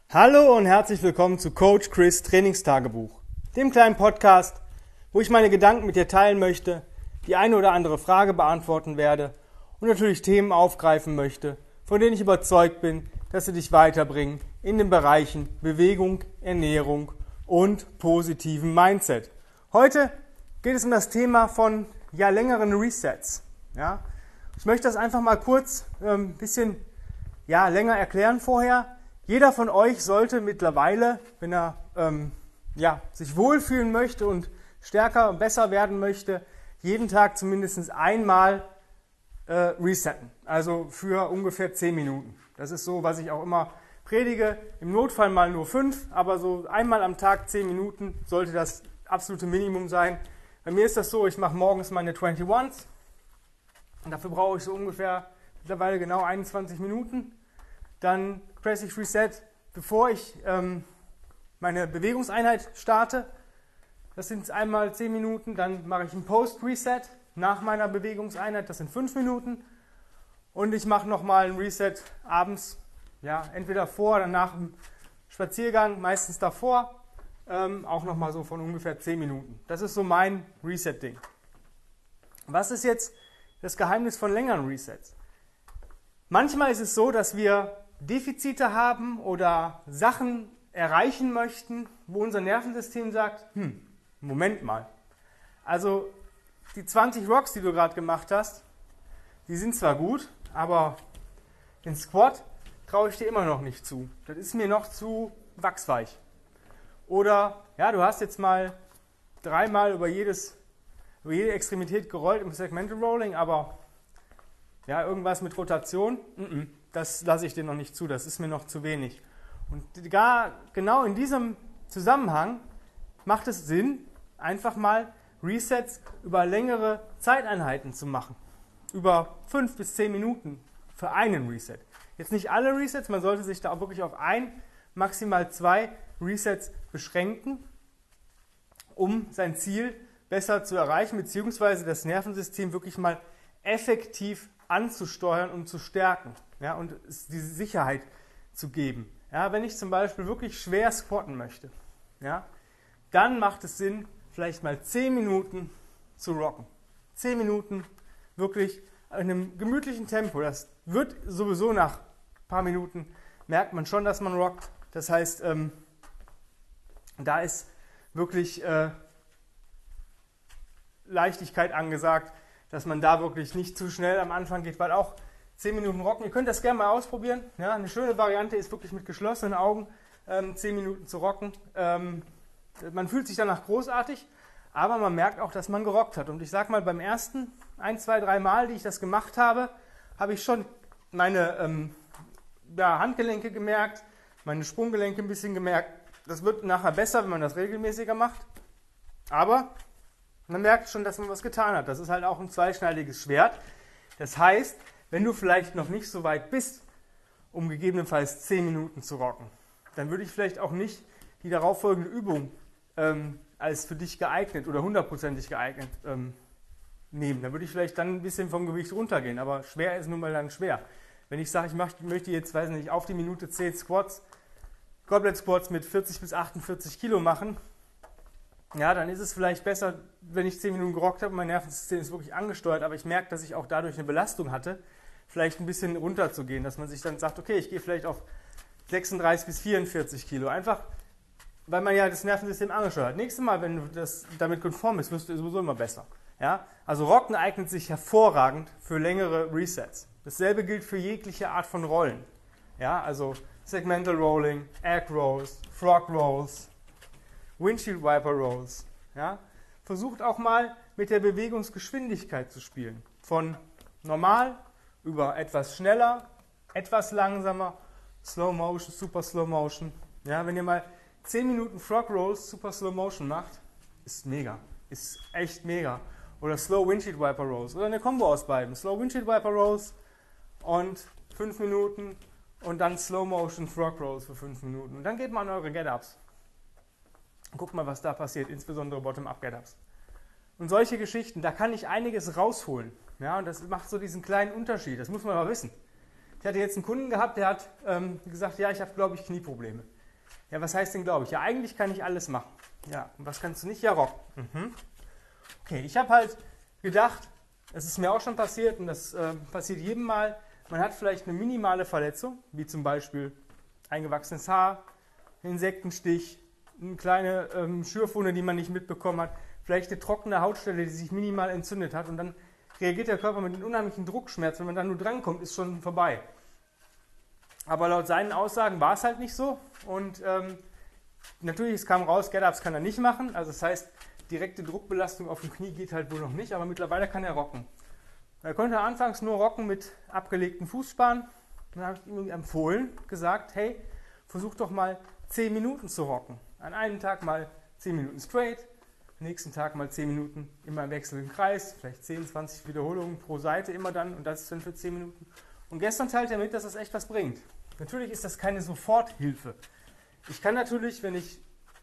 Hallo und herzlich willkommen zu Coach Chris Trainingstagebuch, dem kleinen Podcast, wo ich meine Gedanken mit dir teilen möchte, die eine oder andere Frage beantworten werde und natürlich Themen aufgreifen möchte, von denen ich überzeugt bin, dass sie dich weiterbringen in den Bereichen Bewegung, Ernährung und positiven Mindset. Heute geht es um das Thema von längeren Resets. Ja? Ich möchte das einfach mal kurz ein bisschen länger erklären vorher. Jeder von euch sollte mittlerweile, wenn er sich wohlfühlen möchte und stärker und besser werden möchte, jeden Tag zumindest einmal resetten. Also für ungefähr 10 Minuten. Das ist so, was ich auch immer predige. Im Notfall mal nur 5, aber so einmal am Tag 10 Minuten sollte das absolute Minimum sein. Bei mir ist das so, ich mache morgens meine 21s. Und dafür brauche ich so ungefähr mittlerweile genau 21 Minuten. Dann presse ich Reset, bevor ich meine Bewegungseinheit starte. Das sind einmal 10 Minuten. Dann mache ich ein Post-Reset nach meiner Bewegungseinheit. Das sind 5 Minuten. Und ich mache nochmal ein Reset abends. Ja, entweder vor oder nach dem Spaziergang, meistens davor. Auch nochmal so von ungefähr 10 Minuten. Das ist so mein Reset-Ding. Was ist jetzt das Geheimnis von längeren Resets? Manchmal ist es so, dass wir Defizite haben oder Sachen erreichen möchten, wo unser Nervensystem sagt, Moment mal. Also die 20 Rocks, die du gerade gemacht hast, die sind zwar gut, aber den Squat traue ich dir immer noch nicht zu. Das ist mir noch zu wachsweich. Oder du hast jetzt mal 3-mal über jede Extremität gerollt im Segmental Rolling, aber irgendwas mit Rotation, das lasse ich dir noch nicht zu, das ist mir noch zu wenig. Und genau in diesem Zusammenhang macht es Sinn, einfach mal Resets über längere Zeiteinheiten zu machen. Über 5 bis 10 Minuten für einen Reset. Jetzt nicht alle Resets, man sollte sich da auch wirklich auf maximal 2 Resets beschränken, um sein Ziel besser zu erreichen, beziehungsweise das Nervensystem wirklich mal effektiv anzusteuern und zu stärken, und diese Sicherheit zu geben. Wenn ich zum Beispiel wirklich schwer squatten möchte, dann macht es Sinn, vielleicht mal 10 Minuten zu rocken. 10 Minuten wirklich in einem gemütlichen Tempo. Das wird sowieso nach ein paar Minuten, merkt man schon, dass man rockt. Das heißt, da ist wirklich Leichtigkeit angesagt, dass man da wirklich nicht zu schnell am Anfang geht, weil auch 10 Minuten rocken, ihr könnt das gerne mal ausprobieren. Ja, eine schöne Variante ist wirklich mit geschlossenen Augen 10 Minuten zu rocken. Man fühlt sich danach großartig, aber man merkt auch, dass man gerockt hat. Und ich sag mal, beim ersten 1, 2, 3 Mal, die ich das gemacht habe, habe ich schon meine Handgelenke gemerkt, meine Sprunggelenke ein bisschen gemerkt. Das wird nachher besser, wenn man das regelmäßiger macht. Aber man merkt schon, dass man was getan hat. Das ist halt auch ein zweischneidiges Schwert. Das heißt, wenn du vielleicht noch nicht so weit bist, um gegebenenfalls 10 Minuten zu rocken, dann würde ich vielleicht auch nicht die darauffolgende Übung als für dich geeignet oder 100%ig geeignet nehmen. Dann würde ich vielleicht dann ein bisschen vom Gewicht runtergehen. Aber schwer ist nun mal dann schwer. Wenn ich sage, ich möchte jetzt, auf die Minute 10 Squats, Goblet Squats mit 40 bis 48 Kilo machen, dann ist es vielleicht besser, wenn ich 10 Minuten gerockt habe und mein Nervensystem ist wirklich angesteuert, aber ich merke, dass ich auch dadurch eine Belastung hatte, vielleicht ein bisschen runterzugehen, dass man sich dann sagt, okay, ich gehe vielleicht auf 36 bis 44 Kilo, einfach, weil man ja das Nervensystem angesteuert hat. Nächstes Mal, wenn du das damit konform bist, wirst du sowieso immer besser. Ja? Also Rocken eignet sich hervorragend für längere Resets. Dasselbe gilt für jegliche Art von Rollen. Ja? Also Segmental Rolling, Egg Rolls, Frog Rolls, Windshield Wiper Rolls. Ja? Versucht auch mal mit der Bewegungsgeschwindigkeit zu spielen. Von normal über etwas schneller, etwas langsamer, Slow Motion, Super Slow Motion. Ja, wenn ihr mal 10 Minuten Frog Rolls Super Slow Motion macht, ist mega. Ist echt mega. Oder Slow Windshield Wiper Rolls. Oder eine Kombo aus beiden. Slow Windshield Wiper Rolls und 5 Minuten und dann Slow Motion Frog Rolls für 5 Minuten. Und dann geht mal an eure Get-Ups. Guckt mal, was da passiert, insbesondere Bottom-Up Get-Ups. Und solche Geschichten, da kann ich einiges rausholen. Ja, und das macht so diesen kleinen Unterschied, das muss man aber wissen. Ich hatte jetzt einen Kunden gehabt, der hat gesagt, ja, ich habe, glaube ich, Knieprobleme. Ja, was heißt denn glaube ich? Ja, eigentlich kann ich alles machen. Ja, und was kannst du nicht? Ja, rocken. Okay, ich habe halt gedacht, es ist mir auch schon passiert und das passiert jedem Mal, man hat vielleicht eine minimale Verletzung, wie zum Beispiel eingewachsenes Haar, ein Insektenstich, eine kleine Schürfwunde, die man nicht mitbekommen hat, vielleicht eine trockene Hautstelle, die sich minimal entzündet hat und dann reagiert der Körper mit einem unheimlichen Druckschmerz. Wenn man dann nur drankommt, ist schon vorbei. Aber laut seinen Aussagen war es halt nicht so und natürlich, es kam raus, Get-Ups kann er nicht machen, also das heißt, direkte Druckbelastung auf dem Knie geht halt wohl noch nicht, aber mittlerweile kann er rocken. Er konnte anfangs nur rocken mit abgelegten Fußspannen. Dann habe ich ihm empfohlen, gesagt, hey, versuch doch mal 10 Minuten zu rocken. An einem Tag mal 10 Minuten straight, am nächsten Tag mal 10 Minuten immer im wechselnden Kreis, vielleicht 10, 20 Wiederholungen pro Seite immer dann und das ist dann für 10 Minuten. Und gestern teilte er mit, dass das echt was bringt. Natürlich ist das keine Soforthilfe. Ich kann natürlich, wenn ich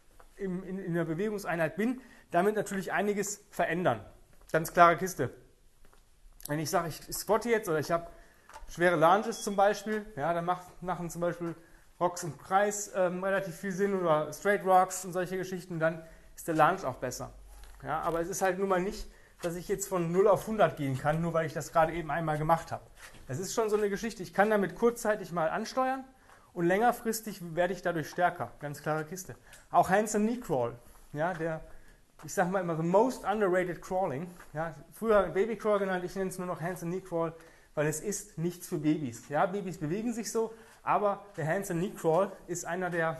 in der Bewegungseinheit bin, damit natürlich einiges verändern. Ganz klare Kiste. Wenn ich sage, ich squatte jetzt oder ich habe schwere Lunges zum Beispiel, ja, dann machen zum Beispiel Rocks im Kreis relativ viel Sinn oder Straight Rocks und solche Geschichten, dann ist der Lunge auch besser. Ja, aber es ist halt nun mal nicht, dass ich jetzt von 0 auf 100 gehen kann, nur weil ich das gerade eben einmal gemacht habe. Das ist schon so eine Geschichte, ich kann damit kurzzeitig mal ansteuern und längerfristig werde ich dadurch stärker. Ganz klare Kiste. Auch Hands and Knee Crawl, ja, ich sage mal immer the most underrated crawling. Ja, früher Baby Crawl genannt, ich nenne es nur noch Hands and Knee Crawl, weil es ist nichts für Babys. Ja, Babys bewegen sich so, aber der Hands and Knee Crawl ist einer der,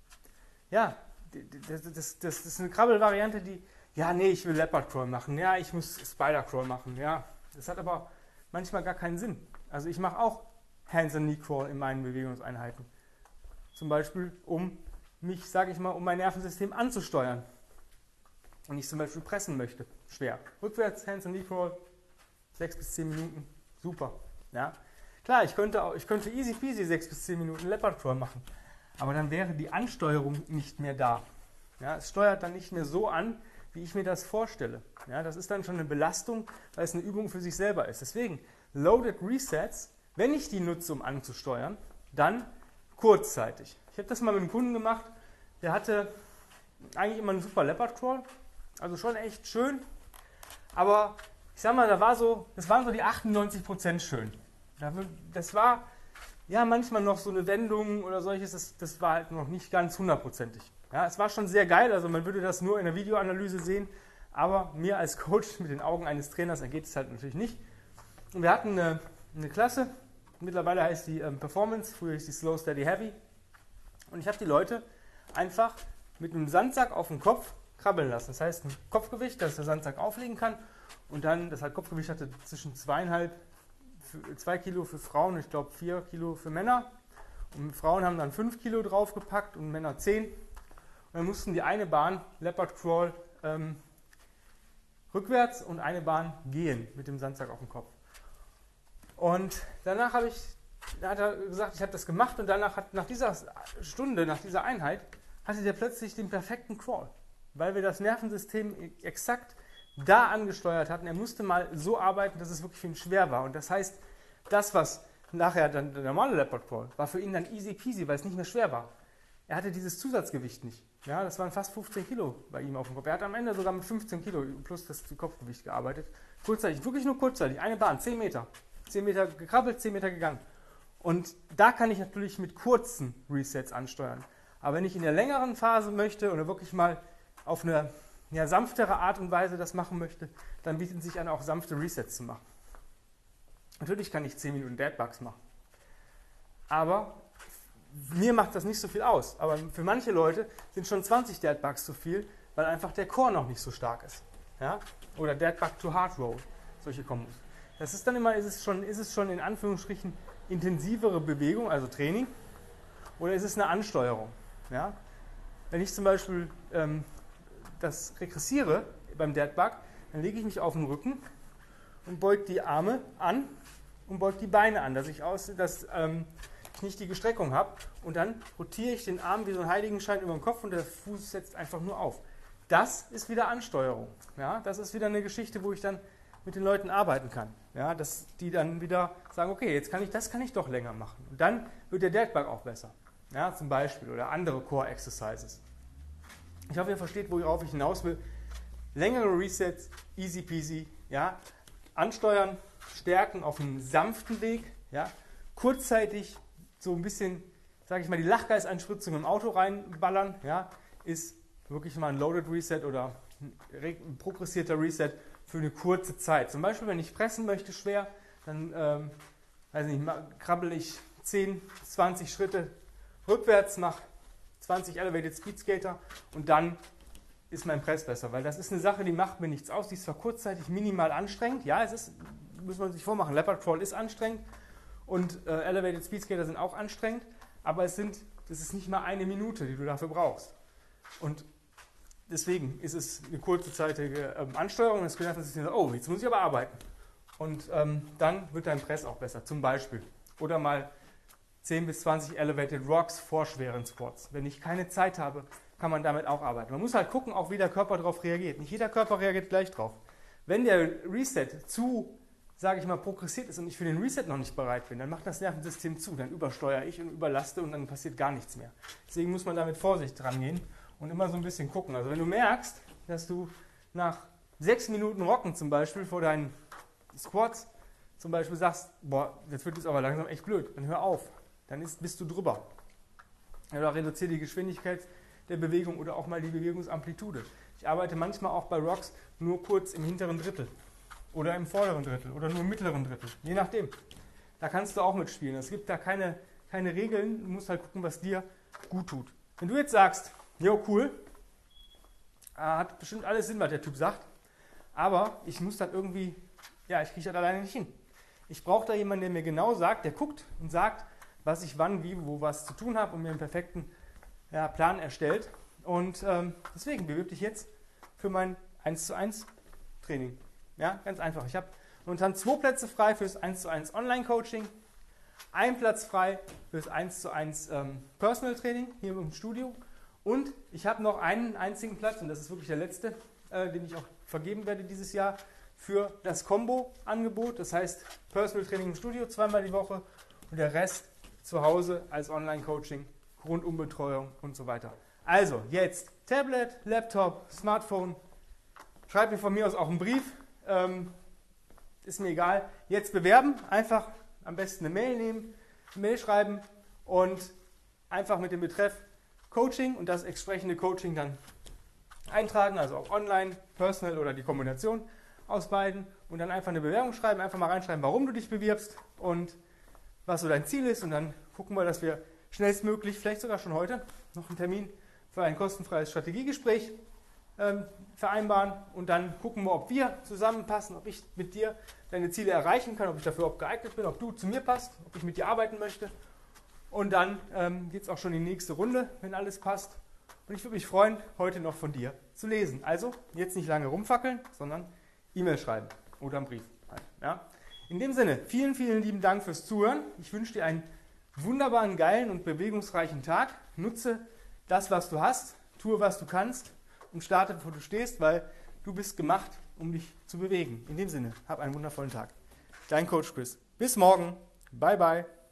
ja, das ist eine Krabbelvariante, die, ja, nee, ich will Leopard Crawl machen, ja, ich muss Spider Crawl machen, ja. Das hat aber manchmal gar keinen Sinn. Also ich mache auch Hands and Knee Crawl in meinen Bewegungseinheiten. Zum Beispiel, um mich, sage ich mal, um mein Nervensystem anzusteuern. Und ich zum Beispiel pressen möchte, schwer. Rückwärts, Hands and Knee Crawl, 6 bis 10 Minuten, super. Ja. Klar, ich könnte easy peasy 6 bis 10 Minuten Leopard Crawl machen, aber dann wäre die Ansteuerung nicht mehr da. Ja, es steuert dann nicht mehr so an, wie ich mir das vorstelle. Ja, das ist dann schon eine Belastung, weil es eine Übung für sich selber ist. Deswegen, Loaded Resets, wenn ich die nutze, um anzusteuern, dann kurzzeitig. Ich habe das mal mit einem Kunden gemacht, der hatte eigentlich immer einen super Leopard Crawl, also schon echt schön, aber ich sag mal, das waren so die 98% schön. Das war ja manchmal noch so eine Wendung oder solches, das war halt noch nicht ganz hundertprozentig. Ja, es war schon sehr geil, also man würde das nur in der Videoanalyse sehen, aber mir als Coach mit den Augen eines Trainers ergeht es halt natürlich nicht. Und wir hatten eine Klasse, mittlerweile heißt die Performance, früher hieß die Slow, Steady, Heavy. Und ich habe die Leute einfach mit einem Sandsack auf dem Kopf krabbeln lassen. Das heißt, ein Kopfgewicht, das der Sandsack auflegen kann. Und dann, das halt Kopfgewicht hatte zwischen 2 Kilo für Frauen, ich glaube 4 Kilo für Männer. Und Frauen haben dann 5 Kilo draufgepackt und Männer 10. Und dann mussten die eine Bahn, Leopard Crawl, rückwärts und eine Bahn gehen mit dem Sandsack auf dem Kopf. Und danach hat er gesagt, ich habe das gemacht und nach dieser Stunde, nach dieser Einheit, hatte der plötzlich den perfekten Crawl, weil wir das Nervensystem exakt da angesteuert hatten. Er musste mal so arbeiten, dass es wirklich für ihn schwer war. Und das heißt, das, was nachher dann der normale Leopard Crawl, war für ihn dann easy peasy, weil es nicht mehr schwer war. Er hatte dieses Zusatzgewicht nicht. Ja, das waren fast 15 Kilo bei ihm auf dem Kopf. Er hat am Ende sogar mit 15 Kilo plus das Kopfgewicht gearbeitet. Kurzzeitig, wirklich nur kurzzeitig, eine Bahn, 10 Meter. 10 Meter gekrabbelt, 10 Meter gegangen. Und da kann ich natürlich mit kurzen Resets ansteuern. Aber wenn ich in der längeren Phase möchte oder wirklich mal auf eine sanftere Art und Weise das machen möchte, dann bieten sich an, auch sanfte Resets zu machen. Natürlich kann ich 10 Minuten Deadbugs machen. Aber mir macht das nicht so viel aus. Aber für manche Leute sind schon 20 Deadbugs zu viel, weil einfach der Core noch nicht so stark ist. Ja? Oder Deadbug to Hard Roll, solche Kombos. Das ist dann immer, ist es schon in Anführungsstrichen intensivere Bewegung, also Training, oder ist es eine Ansteuerung? Ja? Wenn ich zum Beispiel das regressiere beim Deadbug, dann lege ich mich auf den Rücken und beuge die Arme an und beuge die Beine an, dass ich nicht die Gestreckung habe, und dann rotiere ich den Arm wie so ein Heiligenschein über den Kopf und der Fuß setzt einfach nur auf. Das ist wieder Ansteuerung. Ja? Das ist wieder eine Geschichte, wo ich dann mit den Leuten arbeiten kann. Ja? Dass die dann wieder sagen, okay, das kann ich doch länger machen. Und dann wird der Deadbug auch besser. ja, zum Beispiel, oder andere Core Exercises. Ich hoffe, ihr versteht, worauf ich hinaus will. Längere Resets, easy peasy, ja, ansteuern, stärken auf einem sanften Weg, ja, kurzzeitig so ein bisschen, sage ich mal, die Lachgeisanspritzung im Auto reinballern, ja, ist wirklich mal ein Loaded Reset oder ein progressierter Reset für eine kurze Zeit. Zum Beispiel, wenn ich pressen möchte schwer, dann weiß nicht, krabbel ich 10, 20 Schritte rückwärts, mache 20 Elevated Speed Skater und dann ist mein Press besser, weil das ist eine Sache, die macht mir nichts aus, die ist zwar kurzzeitig minimal anstrengend, ja, es ist, muss man sich vormachen, Leopard Crawl ist anstrengend und Elevated Speed Skater sind auch anstrengend, aber das ist nicht mal eine Minute, die du dafür brauchst. Und deswegen ist es eine kurzzeitige Ansteuerung und es kann einfach sein, oh, jetzt muss ich aber arbeiten. Und dann wird dein Press auch besser, zum Beispiel. Oder mal 10 bis 20 Elevated Rocks vor schweren Squats. Wenn ich keine Zeit habe, kann man damit auch arbeiten. Man muss halt gucken, auch wie der Körper darauf reagiert. Nicht jeder Körper reagiert gleich drauf. Wenn der Reset zu, sage ich mal, progressiert ist und ich für den Reset noch nicht bereit bin, dann macht das Nervensystem zu, dann übersteuere ich und überlaste und dann passiert gar nichts mehr. Deswegen muss man da mit Vorsicht dran gehen und immer so ein bisschen gucken. Also wenn du merkst, dass du nach 6 Minuten Rocken zum Beispiel vor deinen Squats zum Beispiel sagst, boah, jetzt wird es aber langsam echt blöd, dann hör auf, dann bist du drüber. Oder reduziere die Geschwindigkeit der Bewegung oder auch mal die Bewegungsamplitude. Ich arbeite manchmal auch bei Rocks nur kurz im hinteren Drittel oder im vorderen Drittel oder nur im mittleren Drittel, je nachdem. Da kannst du auch mitspielen. Es gibt da keine Regeln, du musst halt gucken, was dir gut tut. Wenn du jetzt sagst, jo cool, hat bestimmt alles Sinn, was der Typ sagt, aber ich muss das irgendwie, ja, ich kriege das alleine nicht hin. Ich brauche da jemanden, der mir genau sagt, der guckt und sagt, was ich wann, wie, wo was zu tun habe und mir einen perfekten Plan erstellt. Und deswegen bewirb dich jetzt für mein 1:1 Training. Ja, ganz einfach. Ich habe momentan 2 Plätze frei fürs 1:1 Online-Coaching, 1 Platz frei fürs 1:1 Personal Training hier im Studio und ich habe noch einen einzigen Platz, und das ist wirklich der letzte, den ich auch vergeben werde dieses Jahr, für das Combo-Angebot. Das heißt Personal Training im Studio 2-mal die Woche und der Rest zu Hause als Online-Coaching, Rundumbetreuung und so weiter. Also jetzt Tablet, Laptop, Smartphone, schreib mir von mir aus auch einen Brief, ist mir egal. Jetzt bewerben, einfach am besten eine Mail nehmen, eine Mail schreiben und einfach mit dem Betreff Coaching und das entsprechende Coaching dann eintragen, also auch online, personal oder die Kombination aus beiden und dann einfach eine Bewerbung schreiben, einfach mal reinschreiben, warum du dich bewirbst und was so dein Ziel ist und dann gucken wir, dass wir schnellstmöglich, vielleicht sogar schon heute, noch einen Termin für ein kostenfreies Strategiegespräch vereinbaren und dann gucken wir, ob wir zusammenpassen, ob ich mit dir deine Ziele erreichen kann, ob ich dafür auch geeignet bin, ob du zu mir passt, ob ich mit dir arbeiten möchte und dann geht es auch schon in die nächste Runde, wenn alles passt und ich würde mich freuen, heute noch von dir zu lesen. Also jetzt nicht lange rumfackeln, sondern E-Mail schreiben oder einen Brief. Ja? In dem Sinne, vielen, vielen lieben Dank fürs Zuhören. Ich wünsche dir einen wunderbaren, geilen und bewegungsreichen Tag. Nutze das, was du hast, tue, was du kannst und starte, wo du stehst, weil du bist gemacht, um dich zu bewegen. In dem Sinne, hab einen wundervollen Tag. Dein Coach Chris. Bis morgen. Bye, bye.